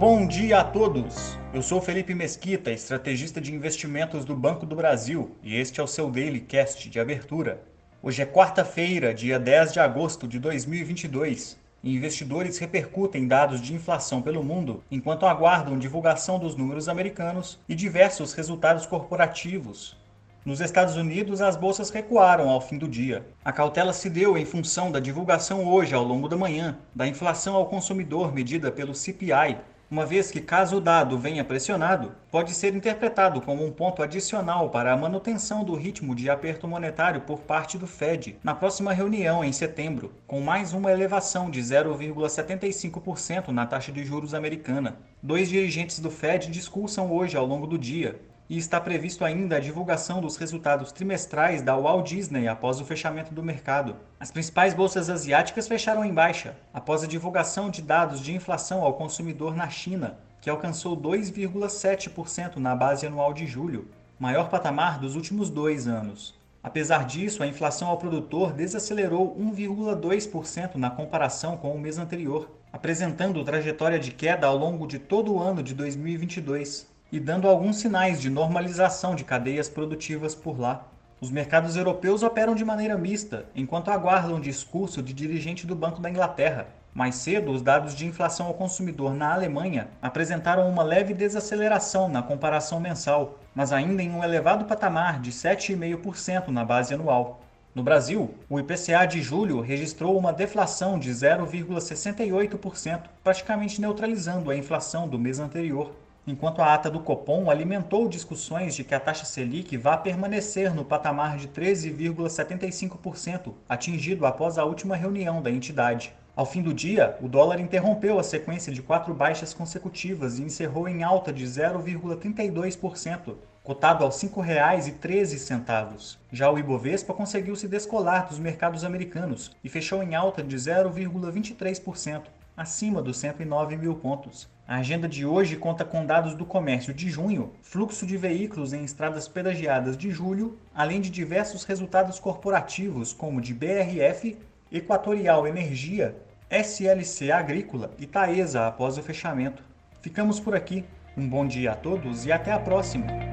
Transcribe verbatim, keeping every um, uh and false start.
Bom dia a todos! Eu sou Felipe Mesquita, estrategista de investimentos do Banco do Brasil, e este é o seu Daily Cast de abertura. Hoje é quarta-feira, dia dez de agosto de dois mil e vinte e dois, e investidores repercutem dados de inflação pelo mundo enquanto aguardam divulgação dos números americanos e diversos resultados corporativos. Nos Estados Unidos, as bolsas recuaram ao fim do dia. A cautela se deu em função da divulgação hoje, ao longo da manhã, da inflação ao consumidor medida pelo C P I, uma vez que, caso o dado venha pressionado, pode ser interpretado como um ponto adicional para a manutenção do ritmo de aperto monetário por parte do Fed na próxima reunião em setembro, com mais uma elevação de zero vírgula setenta e cinco por cento na taxa de juros americana. Dois dirigentes do Fed discursam hoje ao longo do dia, e está previsto ainda a divulgação dos resultados trimestrais da Walt Disney após o fechamento do mercado. As principais bolsas asiáticas fecharam em baixa, após a divulgação de dados de inflação ao consumidor na China, que alcançou dois vírgula sete por cento na base anual de julho, maior patamar dos últimos dois anos. Apesar disso, a inflação ao produtor desacelerou um vírgula dois por cento na comparação com o mês anterior, apresentando trajetória de queda ao longo de todo o ano de dois mil e vinte e dois. E dando alguns sinais de normalização de cadeias produtivas por lá. Os mercados europeus operam de maneira mista, enquanto aguardam o discurso de dirigente do Banco da Inglaterra. Mais cedo, os dados de inflação ao consumidor na Alemanha apresentaram uma leve desaceleração na comparação mensal, mas ainda em um elevado patamar de sete vírgula cinco por cento na base anual. No Brasil, o I P C A de julho registrou uma deflação de zero vírgula sessenta e oito por cento, praticamente neutralizando a inflação do mês anterior. Enquanto a ata do Copom alimentou discussões de que a taxa Selic vá permanecer no patamar de treze vírgula setenta e cinco por cento, atingido após a última reunião da entidade. Ao fim do dia, o dólar interrompeu a sequência de quatro baixas consecutivas e encerrou em alta de zero vírgula trinta e dois por cento, cotado aos cinco reais e treze centavos. Já o Ibovespa conseguiu se descolar dos mercados americanos e fechou em alta de zero vírgula vinte e três por cento, acima dos cento e nove mil pontos. A agenda de hoje conta com dados do comércio de junho, fluxo de veículos em estradas pedagiadas de julho, além de diversos resultados corporativos como de B R F, Equatorial Energia, S L C Agrícola e Taesa após o fechamento. Ficamos por aqui. Um bom dia a todos e até a próxima!